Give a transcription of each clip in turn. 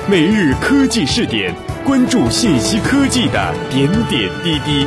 每日科技视点，关注信息科技的点点滴滴。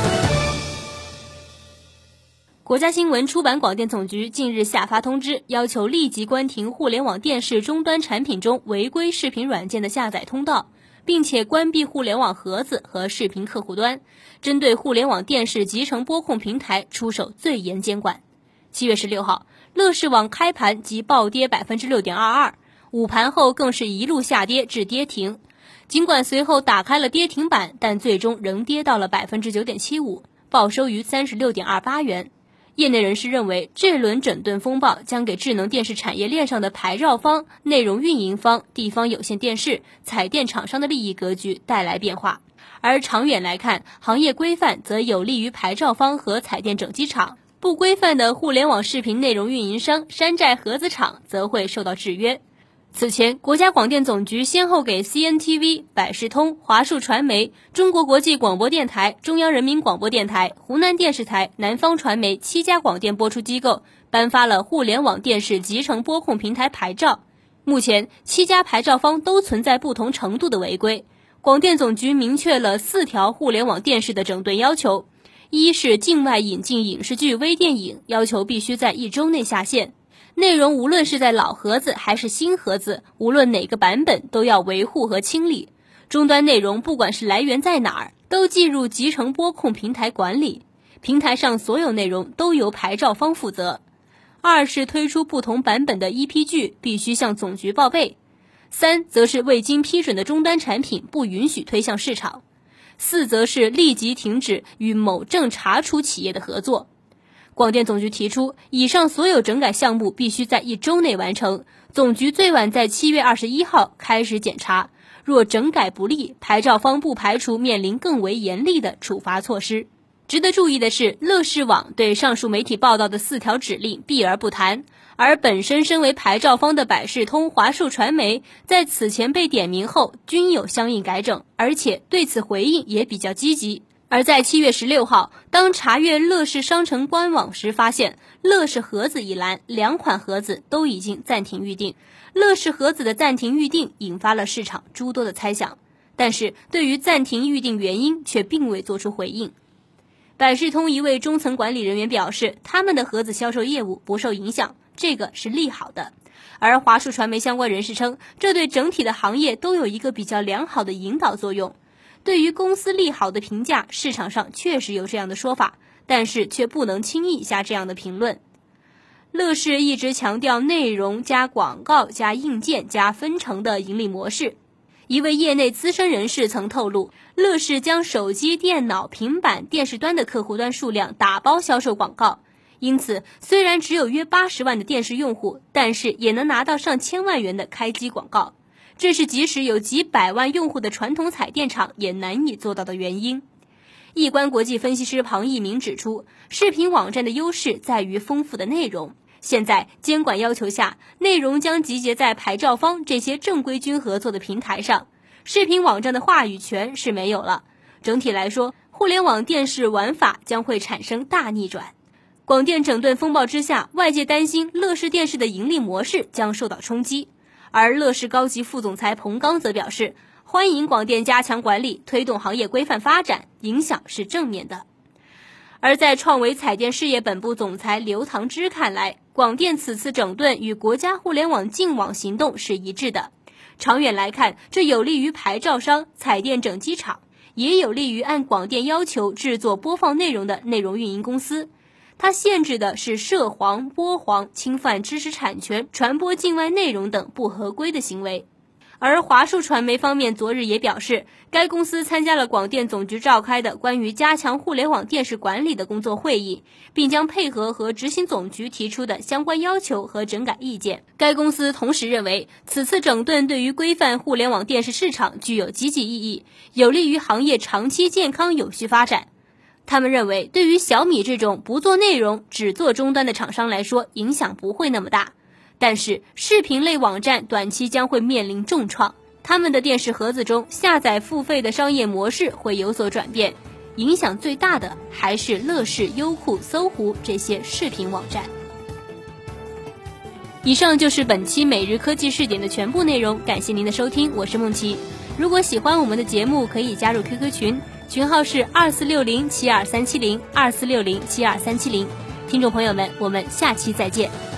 国家新闻出版广电总局近日下发通知，要求立即关停互联网电视终端产品中违规视频软件的下载通道，并且关闭互联网盒子和视频客户端，针对互联网电视集成播控平台出手最严监管。7月16号，乐视网开盘即暴跌 6.22%， 午盘后更是一路下跌至跌停。尽管随后打开了跌停板，但最终仍跌到了 9.75%， 报收于 36.28 元。业内人士认为，这轮整顿风暴将给智能电视产业链上的牌照方、内容运营方、地方有线电视、彩电厂商的利益格局带来变化。而长远来看，行业规范则有利于牌照方和彩电整机厂，不规范的互联网视频内容运营商、山寨盒子厂则会受到制约。此前，国家广电总局先后给 CNTV、百视通、华数传媒、中国国际广播电台、中央人民广播电台、湖南电视台、南方传媒7家广电播出机构颁发了互联网电视集成播控平台牌照。目前7家牌照方都存在不同程度的违规。广电总局明确了4条互联网电视的整顿要求：一是境外引进影视剧、微电影，要求必须在1周内下线。内容无论是在老盒子还是新盒子，无论哪个版本都要维护和清理。终端内容不管是来源在哪儿，都进入集成播控平台管理，平台上所有内容都由牌照方负责。二是推出不同版本的EP剧必须向总局报备。3则是未经批准的终端产品不允许推向市场。4则是立即停止与某正查处企业的合作。广电总局提出，以上所有整改项目必须在1周内完成，总局最晚在7月21号开始检查，若整改不力，牌照方不排除面临更为严厉的处罚措施。值得注意的是，乐视网对上述媒体报道的4条指令避而不谈，而本身身为牌照方的百视通、华数传媒在此前被点名后均有相应改正，而且对此回应也比较积极。而在7月16号，当查阅乐视商城官网时发现，乐视盒子一栏2款盒子都已经暂停预定。乐视盒子的暂停预定引发了市场诸多的猜想，但是对于暂停预定原因却并未做出回应。百视通一位中层管理人员表示，他们的盒子销售业务不受影响，这个是利好的。而华数传媒相关人士称，这对整体的行业都有一个比较良好的引导作用。对于公司利好的评价，市场上确实有这样的说法，但是却不能轻易下这样的评论。乐视一直强调内容加广告加硬件加分成的盈利模式。一位业内资深人士曾透露，乐视将手机、电脑、平板、电视端的客户端数量打包销售广告，因此虽然只有约80万的电视用户，但是也能拿到上千万元的开机广告。这是即使有几百万用户的传统彩电厂也难以做到的原因。易观国际分析师庞一鸣指出，视频网站的优势在于丰富的内容。现在监管要求下，内容将集结在牌照方这些正规军合作的平台上，视频网站的话语权是没有了。整体来说，互联网电视玩法将会产生大逆转。广电整顿风暴之下，外界担心乐视电视的盈利模式将受到冲击。而乐视高级副总裁彭刚则表示，欢迎广电加强管理，推动行业规范发展，影响是正面的。而在创维彩电事业本部总裁刘唐之看来，广电此次整顿与国家互联网净网行动是一致的。长远来看，这有利于牌照商、彩电整机厂，也有利于按广电要求制作播放内容的内容运营公司。它限制的是涉黄、播黄、侵犯知识产权、传播境外内容等不合规的行为。而华数传媒方面昨日也表示，该公司参加了广电总局召开的关于加强互联网电视管理的工作会议，并将配合和执行总局提出的相关要求和整改意见。该公司同时认为，此次整顿对于规范互联网电视市场具有积极意义，有利于行业长期健康有序发展。他们认为，对于小米这种不做内容只做终端的厂商来说，影响不会那么大，但是视频类网站短期将会面临重创，他们的电视盒子中下载付费的商业模式会有所转变，影响最大的还是乐视、优酷、搜狐这些视频网站。 以上就是本期每日科技视点的全部内容，感谢您的收听，我是梦琪。如果喜欢我们的节目，可以加入 QQ 群，群号是246072370246072370。听众朋友们，我们下期再见。